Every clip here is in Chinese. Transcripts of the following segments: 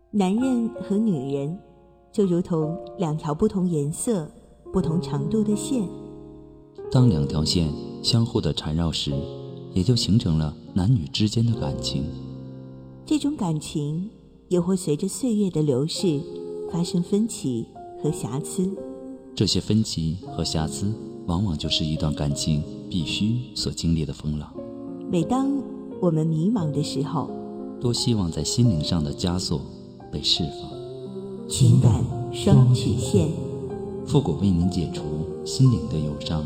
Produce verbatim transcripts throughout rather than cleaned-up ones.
男人和女人就如同两条不同颜色、不同长度的线， 当两条线相互的缠绕时，也就形成了男女之间的感情。 这种感情也会随着岁月的流逝发生分歧和瑕疵， 这些分歧和瑕疵往往就是一段感情必须所经历的风浪。 每当我们迷茫的时候， 多希望在心灵上的枷锁被释放。 情感双曲线， 复古为您解除心灵的忧伤。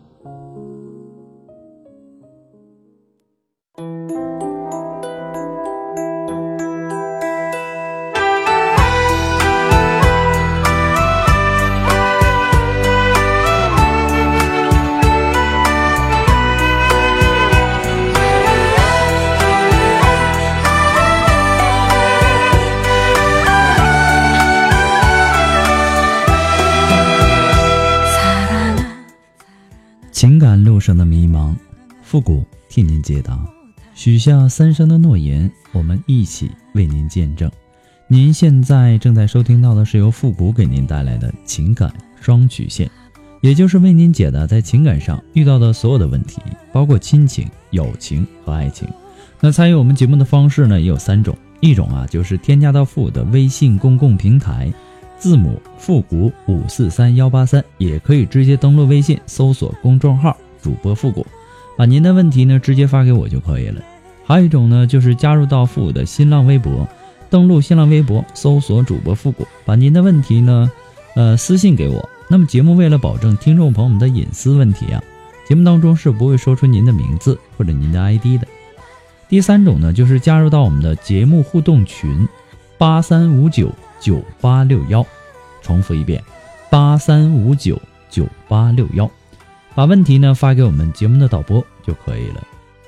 情感路上的迷茫，复古替您解答。许下三生的诺言，我们一起为您见证。您现在正在收听到的是由复古给您带来的情感双曲线，也就是为您解答在情感上遇到的所有的问题，包括亲情、友情和爱情。那参与我们节目的方式呢，也有三种。一种啊，就是添加到复古的微信公共平台，字母复古五四三一八三，也可以直接登录微信搜索公众号主播复古，把您的问题呢直接发给我就可以了。还有一种呢，就是加入到复古的新浪微博，登录新浪微博搜索主播复古，把您的问题呢呃私信给我。那么节目为了保证听众朋友们的隐私问题啊，节目当中是不会说出您的名字或者您的 I D 的。第三种呢，就是加入到我们的节目互动群八三五九九八六一，重复一遍八三五九九八六一，把问题呢发给我们节目的导播就可以了。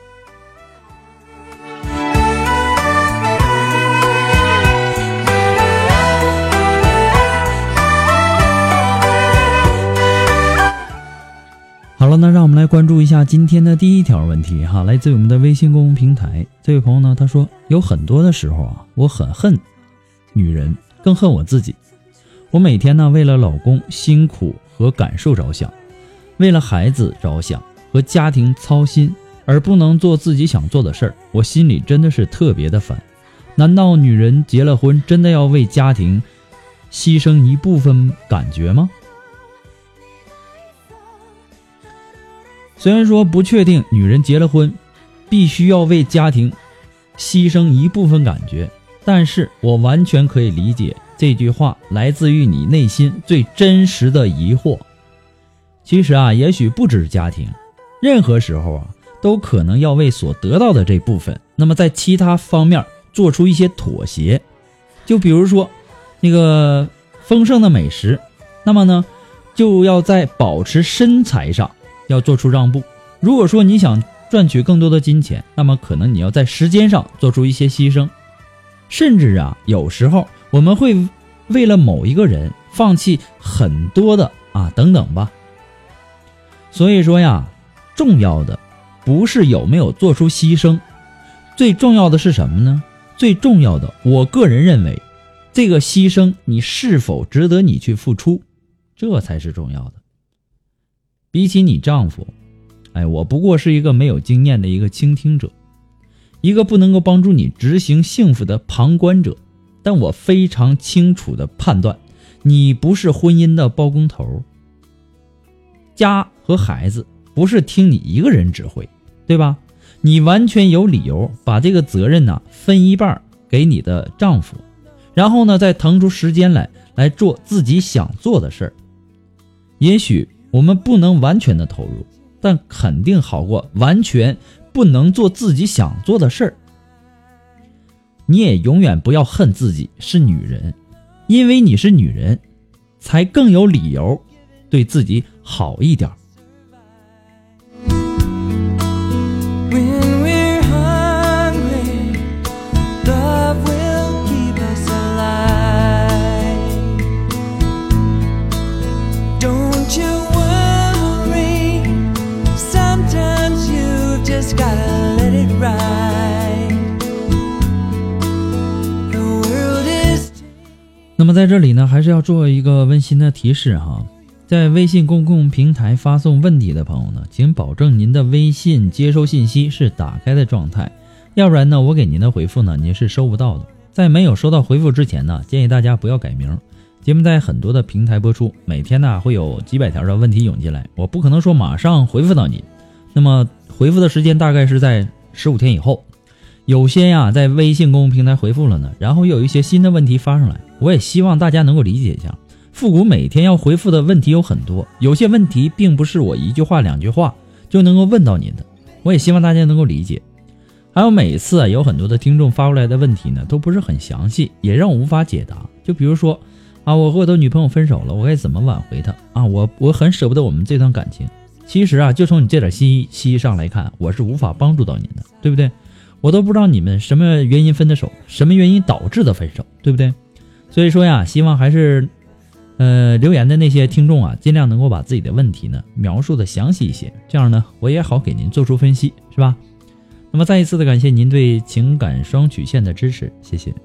好了，那让我们来关注一下今天的第一条问题哈，来自于我们的微信公众平台。这位朋友呢，他说有很多的时候啊，我很恨女人，更恨我自己。我每天呢为了老公辛苦和感受着想，为了孩子着想和家庭操心，而不能做自己想做的事儿，我心里真的是特别的烦。难道女人结了婚真的要为家庭牺牲一部分感觉吗？虽然说不确定女人结了婚必须要为家庭牺牲一部分感觉，但是我完全可以理解这句话来自于你内心最真实的疑惑。其实啊，也许不只是家庭，任何时候啊，都可能要为所得到的这部分，那么在其他方面做出一些妥协。就比如说那个丰盛的美食，那么呢，就要在保持身材上要做出让步。如果说你想赚取更多的金钱，那么可能你要在时间上做出一些牺牲。甚至啊，有时候我们会为了某一个人放弃很多的啊等等吧。所以说呀，重要的不是有没有做出牺牲，最重要的是什么呢？最重要的，我个人认为，这个牺牲你是否值得你去付出，这才是重要的。比起你丈夫，哎，我不过是一个没有经验的一个倾听者，一个不能够帮助你执行幸福的旁观者，但我非常清楚地判断，你不是婚姻的包工头，家和孩子不是听你一个人指挥，对吧？你完全有理由把这个责任呢、啊、分一半给你的丈夫，然后呢再腾出时间来来做自己想做的事儿。也许我们不能完全的投入，但肯定好过完全不能做自己想做的事儿。你也永远不要恨自己是女人，因为你是女人，才更有理由对自己好一点。 Just gotta let it ride. The world is 么在这里呢，还是要做一个温馨的提示哈，在微信公共平台发送问题的朋友呢，请保证您的微信接收信息是打开的状态，要不然呢，我给您的回复呢，您是收不到的。在没有收到回复之前呢，建议大家不要改名。节目在很多的平台播出，每天呢会有几百条的问题涌进来，我不可能说马上回复到你，那么回复的时间大概是在十五天以后。有些呀在微信公共平台回复了呢，然后有一些新的问题发上来，我也希望大家能够理解一下。复古每天要回复的问题有很多，有些问题并不是我一句话两句话就能够问到您的，我也希望大家能够理解。还有每次啊有很多的听众发过来的问题呢都不是很详细，也让我无法解答。就比如说啊，我和我的女朋友分手了，我该怎么挽回她啊？我我很舍不得我们这段感情。其实啊，就从你这点信息上来看，我是无法帮助到您的，对不对？我都不知道你们什么原因分的手，什么原因导致的分手，对不对？所以说呀，希望还是呃留言的那些听众啊，尽量能够把自己的问题呢描述的详细一些，这样呢我也好给您做出分析，是吧？那么再一次的感谢您对情感双曲线的支持，谢谢。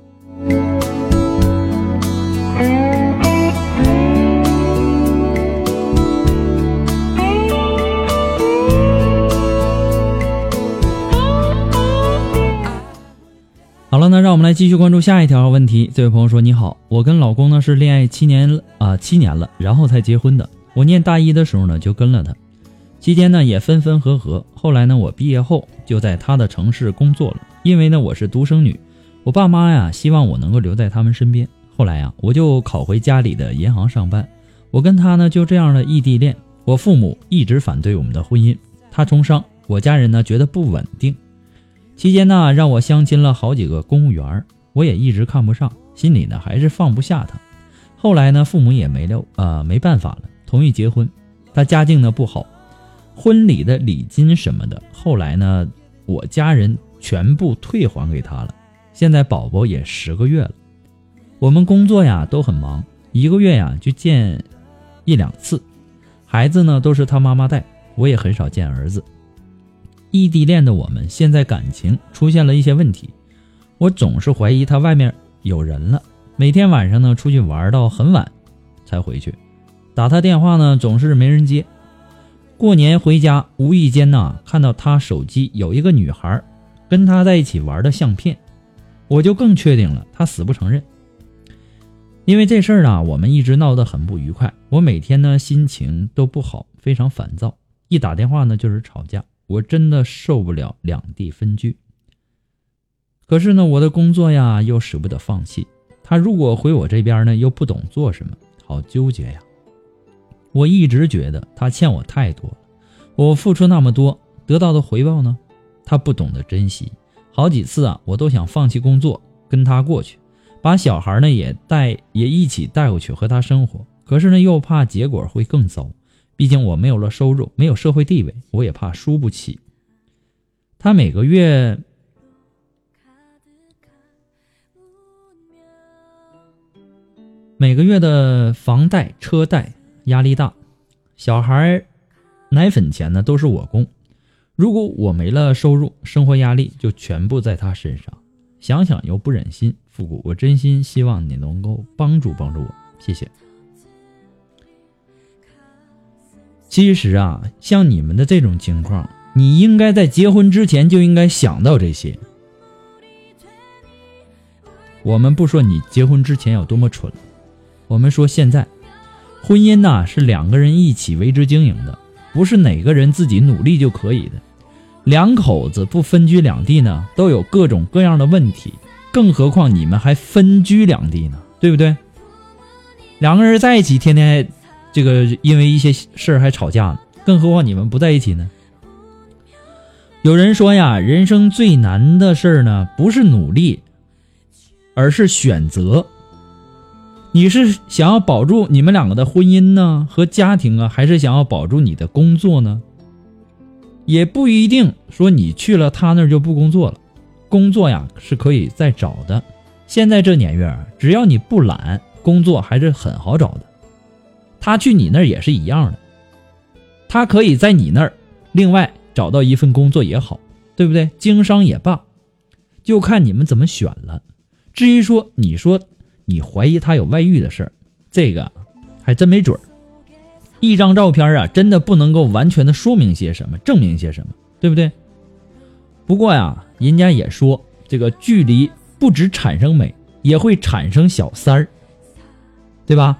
好了，那让我们来继续关注下一条问题。这位朋友说，你好，我跟老公呢是恋爱七年啊、呃、七年了，然后才结婚的。我念大一的时候呢就跟了他，期间呢也分分合合，后来呢我毕业后就在他的城市工作了。因为呢我是独生女，我爸妈呀希望我能够留在他们身边，后来呀我就考回家里的银行上班。我跟他呢就这样的异地恋，我父母一直反对我们的婚姻，他从商，我家人呢觉得不稳定。期间呢让我相亲了好几个公务员，我也一直看不上，心里呢还是放不下他。后来呢父母也没了呃没办法了，同意结婚。他家境呢不好，婚礼的礼金什么的后来呢我家人全部退还给他了。现在宝宝也十个月了，我们工作呀都很忙，一个月呀就见一两次，孩子呢都是他妈妈带，我也很少见儿子。异地恋的我们现在感情出现了一些问题，我总是怀疑他外面有人了，每天晚上呢出去玩到很晚才回去，打他电话呢总是没人接。过年回家无意间呢看到他手机有一个女孩跟他在一起玩的相片，我就更确定了他死不承认。因为这事儿啊我们一直闹得很不愉快，我每天呢心情都不好，非常烦躁，一打电话呢就是吵架，我真的受不了两地分居。可是呢我的工作呀又舍不得放弃，他如果回我这边呢又不懂做什么，好纠结呀。我一直觉得他欠我太多了，我付出那么多，得到的回报呢他不懂得珍惜。好几次啊我都想放弃工作跟他过去，把小孩呢也带也一起带过去和他生活，可是呢又怕结果会更糟，毕竟我没有了收入，没有社会地位，我也怕输不起。他每个月每个月的房贷车贷压力大，小孩奶粉钱呢都是我供，如果我没了收入，生活压力就全部在他身上，想想又不忍心。复古，我真心希望你能够帮助帮助我，谢谢。其实啊像你们的这种情况，你应该在结婚之前就应该想到这些。我们不说你结婚之前有多么蠢，我们说现在婚姻呐是两个人一起为之经营的，不是哪个人自己努力就可以的。两口子不分居两地呢都有各种各样的问题，更何况你们还分居两地呢，对不对？两个人在一起天天还这个因为一些事儿还吵架呢，更何况你们不在一起呢。有人说呀，人生最难的事儿呢不是努力，而是选择。你是想要保住你们两个的婚姻呢和家庭啊，还是想要保住你的工作呢？也不一定说你去了他那儿就不工作了，工作呀是可以再找的。现在这年月，只要你不懒，工作还是很好找的。他去你那儿也是一样的，他可以在你那儿另外找到一份工作也好，对不对？经商也罢，就看你们怎么选了。至于说你说你怀疑他有外遇的事儿，这个还真没准儿。一张照片啊，真的不能够完全的说明些什么，证明些什么，对不对？不过呀，人家也说这个距离不只产生美，也会产生小三儿，对吧？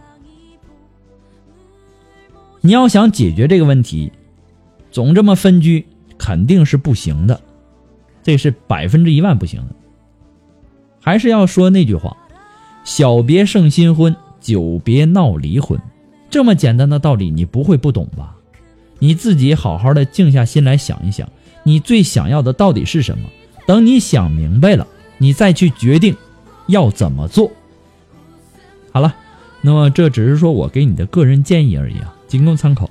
你要想解决这个问题，总这么分居肯定是不行的，这是百分之一万不行的。还是要说那句话，小别胜新婚，久别闹离婚。这么简单的道理你不会不懂吧？你自己好好的静下心来想一想，你最想要的到底是什么？等你想明白了，你再去决定要怎么做。好了，那么这只是说我给你的个人建议而已啊，仅供参考。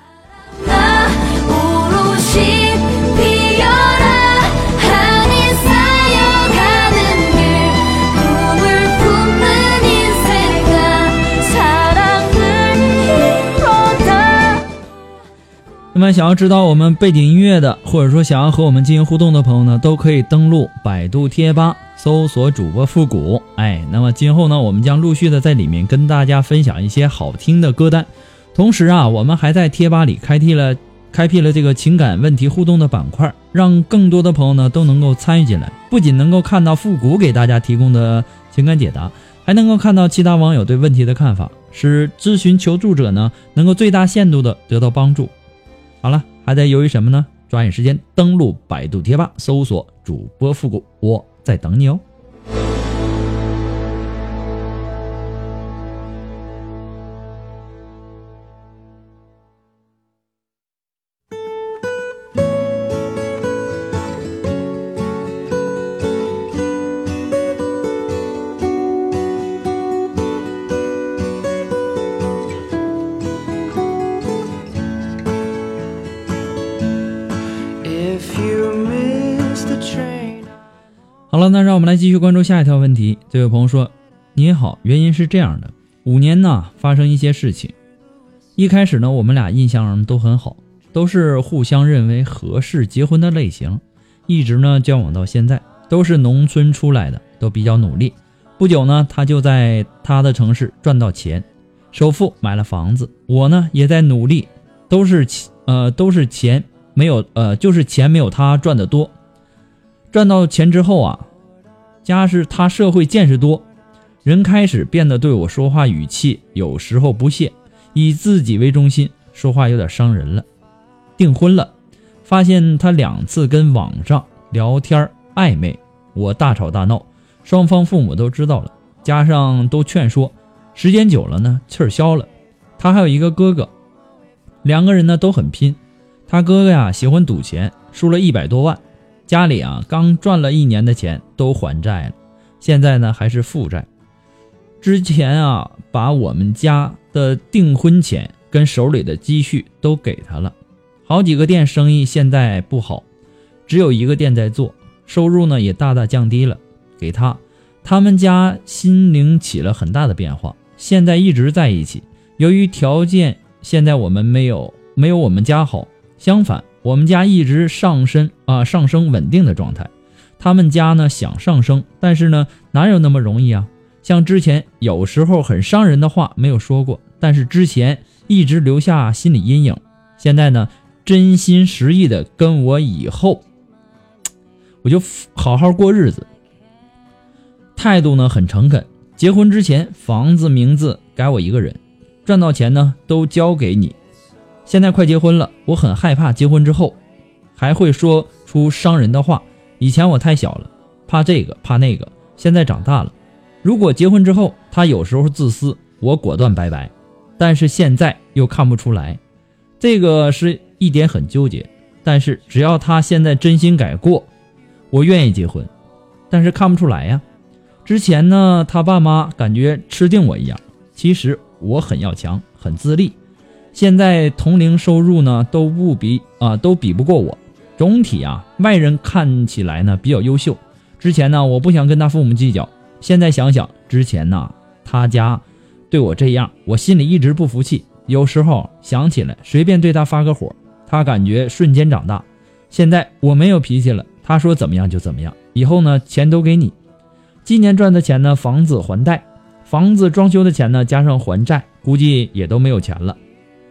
那么想要知道我们背景音乐的，或者说想要和我们进行互动的朋友呢，都可以登录百度贴吧搜索主播复古。哎，那么今后呢，我们将陆续的在里面跟大家分享一些好听的歌单。同时啊，我们还在贴吧里开辟了开辟了这个情感问题互动的板块，让更多的朋友呢都能够参与进来，不仅能够看到复古给大家提供的情感解答，还能够看到其他网友对问题的看法，使咨询求助者呢能够最大限度的得到帮助。好了，还在犹豫什么呢？抓紧时间登录百度贴吧搜索主播复古，我在等你哦。好了，那让我们来继续关注下一条问题。这位朋友说，你好，原因是这样的，五年呢发生一些事情。一开始呢我们俩印象都很好，都是互相认为合适结婚的类型，一直呢交往到现在，都是农村出来的，都比较努力。不久呢他就在他的城市赚到钱，首付买了房子，我呢也在努力，都是呃都是钱没有呃就是钱没有他赚得多。赚到钱之后啊，加上他社会见识多，人开始变得对我说话语气有时候不屑，以自己为中心，说话有点伤人了。订婚了，发现他两次跟网上聊天暧昧，我大吵大闹，双方父母都知道了，加上都劝说，时间久了呢气儿消了。他还有一个哥哥，两个人呢都很拼，他哥哥呀喜欢赌钱，输了一百多万，家里啊刚赚了一年的钱都还债了，现在呢还是负债。之前啊把我们家的订婚钱跟手里的积蓄都给他了，好几个店生意现在不好，只有一个店在做，收入呢也大大降低了。给他他们家心灵起了很大的变化，现在一直在一起。由于条件现在我们没有没有我们家好，相反我们家一直上升啊、呃、上升稳定的状态。他们家呢想上升，但是呢哪有那么容易啊？像之前有时候很伤人的话没有说过，但是之前一直留下心理阴影。现在呢真心实意的跟我以后我就好好过日子，态度呢很诚恳。结婚之前房子名字改我一个人，赚到钱呢都交给你。现在快结婚了，我很害怕结婚之后还会说出伤人的话。以前我太小了，怕这个怕那个，现在长大了，如果结婚之后他有时候自私，我果断拜拜，但是现在又看不出来，这个是一点很纠结。但是只要他现在真心改过，我愿意结婚。但是看不出来呀。之前呢他爸妈感觉吃定我一样，其实我很要强，很自立。现在同龄收入呢都不比啊都比不过我。总体啊外人看起来呢比较优秀。之前呢我不想跟他父母计较，现在想想之前呢他家对我这样，我心里一直不服气，有时候想起来随便对他发个火，他感觉瞬间长大。现在我没有脾气了，他说怎么样就怎么样，以后呢钱都给你。今年赚的钱呢房子还贷， 房子装修的钱呢，加上还债，估计也都没有钱了。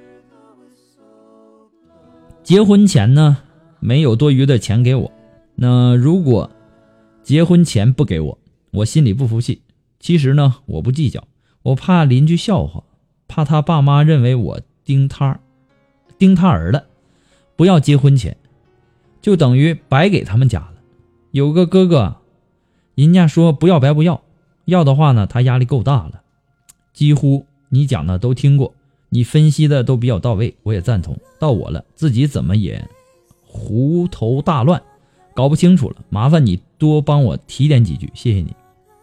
结婚前呢，没有多余的钱给我，那如果结婚前不给我，我心里不服气。其实呢，我不计较，我怕邻居笑话，怕他爸妈认为我盯他盯他儿了，不要结婚钱，就等于白给他们家了。有个哥哥，人家说不要白不要，要的话呢，他压力够大了。几乎你讲的都听过，你分析的都比较到位，我也赞同。到我了，自己怎么也胡头大乱，搞不清楚了，麻烦你多帮我提点几句，谢谢你。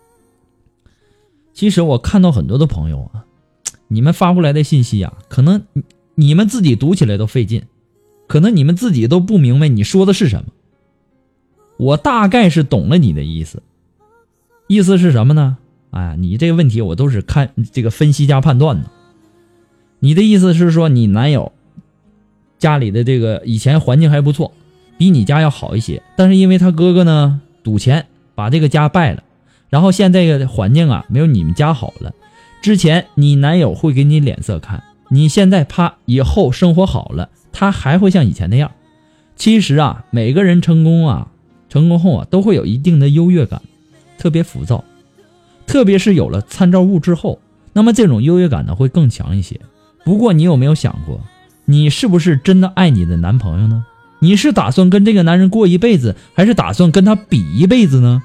其实我看到很多的朋友啊，你们发过来的信息啊，可能你们自己读起来都费劲，可能你们自己都不明白你说的是什么。我大概是懂了你的意思，意思是什么呢？哎，你这个问题我都是看这个分析加判断的。你的意思是说，你男友家里的这个以前环境还不错，比你家要好一些，但是因为他哥哥呢赌钱把这个家败了，然后现在这个环境啊没有你们家好了。之前你男友会给你脸色看，你现在怕以后生活好了，他还会像以前那样。其实啊，每个人成功啊，成功后啊都会有一定的优越感，特别浮躁，特别是有了参照物之后，那么这种优越感呢会更强一些。不过你有没有想过，你是不是真的爱你的男朋友呢？你是打算跟这个男人过一辈子，还是打算跟他比一辈子呢？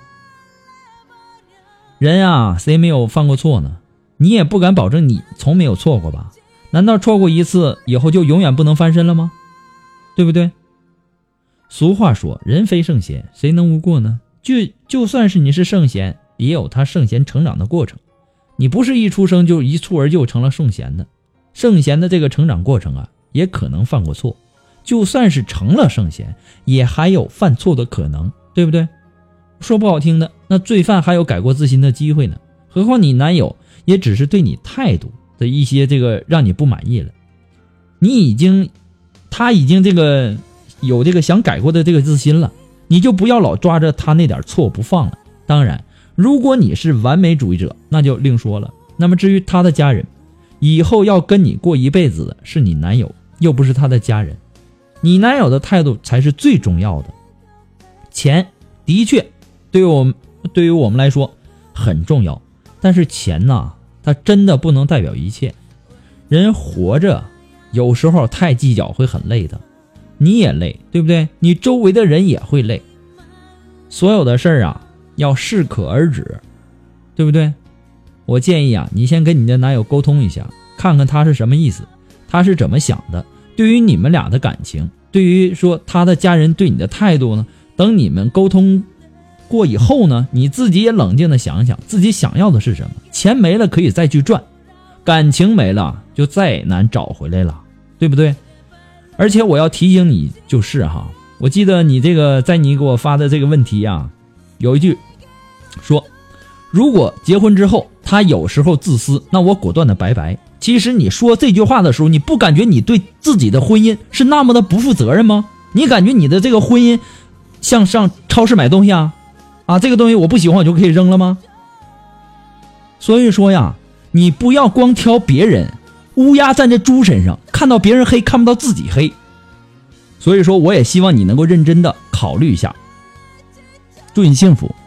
人啊，谁没有犯过错呢？你也不敢保证你从没有错过吧？难道错过一次以后就永远不能翻身了吗？对不对？俗话说，人非圣贤，谁能无过呢？就就算是你是圣贤，也有他圣贤成长的过程。你不是一出生就一蹴而就成了圣贤的，圣贤的这个成长过程啊，也可能犯过错。就算是成了圣贤，也还有犯错的可能，对不对？说不好听的，那罪犯还有改过自新的机会呢。何况你男友也只是对你态度的一些这个让你不满意了，你已经他已经这个有这个想改过的这个自新了，你就不要老抓着他那点错不放了。当然，如果你是完美主义者，那就另说了。那么至于他的家人，以后要跟你过一辈子的是你男友，又不是他的家人。你男友的态度才是最重要的。钱的确对于我们对于我们来说很重要，但是钱呢，它真的不能代表一切。人活着有时候太计较会很累的，你也累，对不对？你周围的人也会累。所有的事儿啊，要适可而止，对不对？我建议啊，你先跟你的男友沟通一下，看看他是什么意思，他是怎么想的。对于你们俩的感情，对于说他的家人对你的态度呢，等你们沟通过以后呢，你自己也冷静的想想自己想要的是什么。钱没了可以再去赚，感情没了就再难找回来了，对不对？而且我要提醒你就是哈，我记得你这个在你给我发的这个问题啊，有一句说，如果结婚之后他有时候自私，那我果断的拜拜。其实你说这句话的时候，你不感觉你对自己的婚姻是那么的不负责任吗？你感觉你的这个婚姻像上超市买东西啊啊，这个东西我不喜欢我就可以扔了吗？所以说呀，你不要光挑别人，乌鸦站在猪身上，看到别人黑看不到自己黑。所以说我也希望你能够认真的考虑一下。祝你幸福。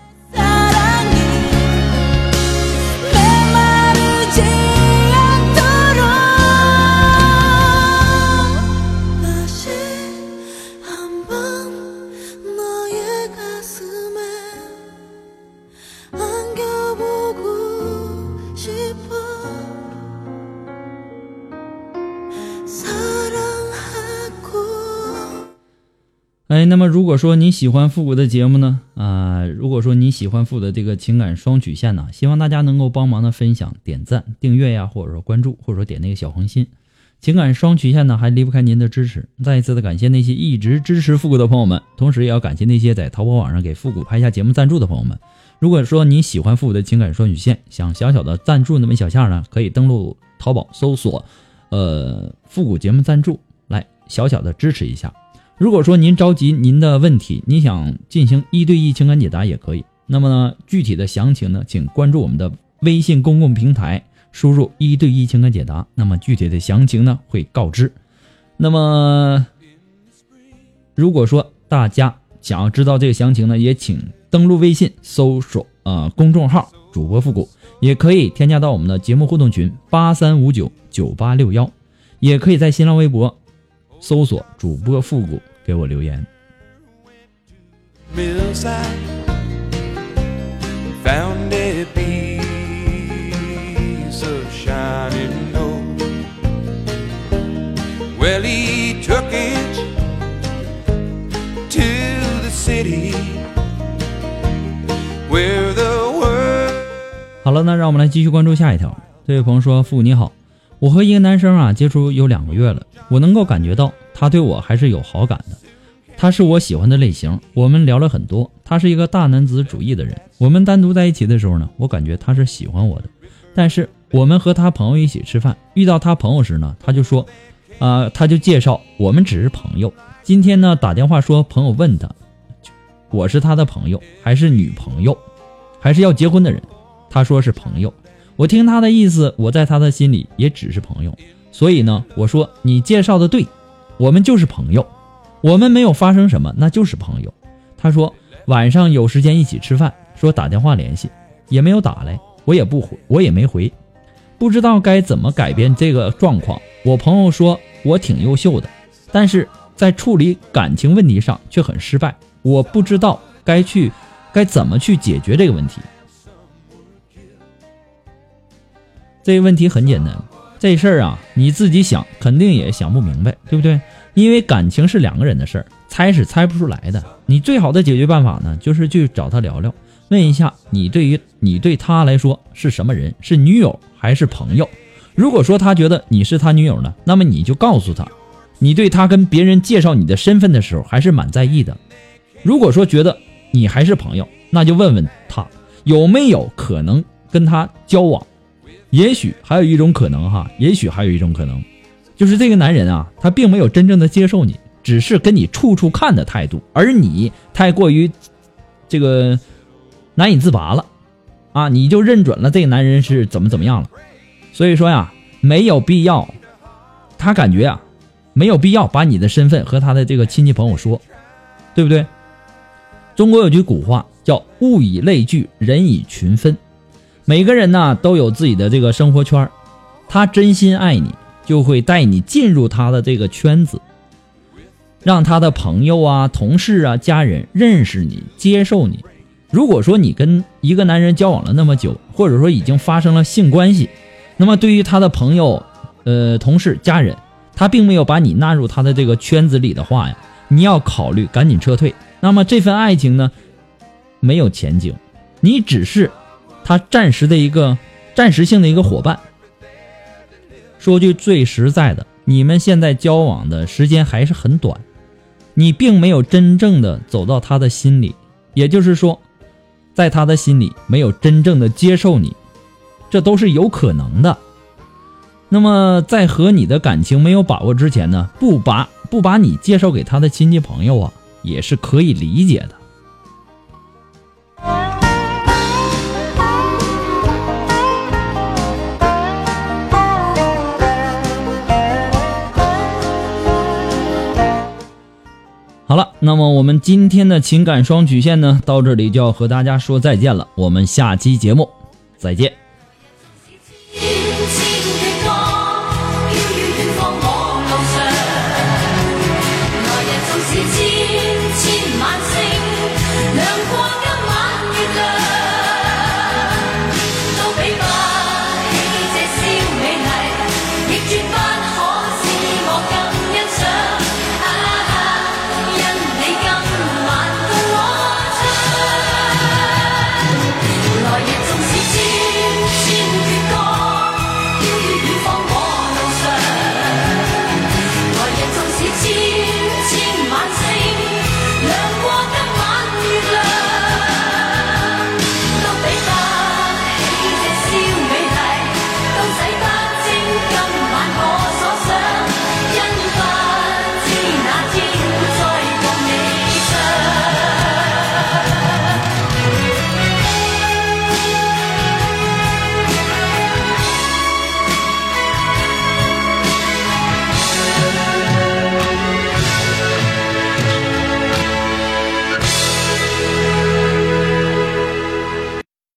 哎，那么如果说你喜欢复古的节目呢，啊、呃，如果说你喜欢复古的这个情感双曲线呢，希望大家能够帮忙的分享、点赞、订阅呀，或者说关注，或者说点那个小红心。情感双曲线呢，还离不开您的支持。再一次的感谢那些一直支持复古的朋友们，同时也要感谢那些在淘宝网上给复古拍下节目赞助的朋友们。如果说你喜欢复古的情感双曲线，想小小的赞助那么一小下呢，可以登录淘宝搜索，呃，复古节目赞助，来小小的支持一下。如果说您着急您的问题，您想进行一对一情感解答也可以。那么呢，具体的详情呢，请关注我们的微信公共平台输入一对一情感解答，那么具体的详情呢会告知。那么如果说大家想要知道这个详情呢，也请登录微信搜索呃公众号主播复古，也可以添加到我们的节目互动群八三五九九八六一，也可以在新浪微博搜索主播复古给我留言。 Found a piece of shining gold. Well, he took it to the city where the world. 好了，那让我们来继续关注下一条。这位朋友说：“父你好，我和一个男生啊接触有两个月了，我能够感觉到他对我还是有好感的。他是我喜欢的类型，我们聊了很多。他是一个大男子主义的人，我们单独在一起的时候呢，我感觉他是喜欢我的。但是我们和他朋友一起吃饭，遇到他朋友时呢，他就说，啊、呃，他就介绍我们只是朋友。今天呢打电话说朋友问他，我是他的朋友还是女朋友，还是要结婚的人？他说是朋友。我听他的意思，我在他的心里也只是朋友。所以呢，我说你介绍的对，我们就是朋友。我们没有发生什么，那就是朋友。他说晚上有时间一起吃饭，说打电话联系，也没有打来，我也不回，我也没回，不知道该怎么改变这个状况。我朋友说我挺优秀的，但是在处理感情问题上却很失败，我不知道该去该怎么去解决这个问题。这个问题很简单，这事儿啊你自己想肯定也想不明白，对不对？因为感情是两个人的事儿，猜是猜不出来的。你最好的解决办法呢，就是去找他聊聊，问一下你对于你对他来说是什么人，是女友还是朋友。如果说他觉得你是他女友呢，那么你就告诉他，你对他跟别人介绍你的身份的时候还是蛮在意的。如果说觉得你还是朋友，那就问问他有没有可能跟他交往。也许还有一种可能哈，也许还有一种可能，就是这个男人啊，他并没有真正的接受你，只是跟你处处看的态度，而你太过于这个难以自拔了啊，你就认准了这个男人是怎么怎么样了。所以说呀，没有必要，他感觉啊，没有必要把你的身份和他的这个亲戚朋友说，对不对？中国有句古话叫物以类聚，人以群分。每个人呢都有自己的这个生活圈，他真心爱你，就会带你进入他的这个圈子，让他的朋友啊、同事啊、家人认识你、接受你。如果说你跟一个男人交往了那么久，或者说已经发生了性关系，那么对于他的朋友、呃、同事、家人，他并没有把你纳入他的这个圈子里的话呀，你要考虑赶紧撤退。那么这份爱情呢，没有前景，你只是他暂时的一个暂时性的一个伙伴。说句最实在的，你们现在交往的时间还是很短，你并没有真正的走到他的心里，也就是说在他的心里没有真正的接受你，这都是有可能的。那么在和你的感情没有把握之前呢，不把不把你介绍给他的亲戚朋友啊，也是可以理解的。好了，那么我们今天的情感双曲线呢，到这里就要和大家说再见了。我们下期节目再见。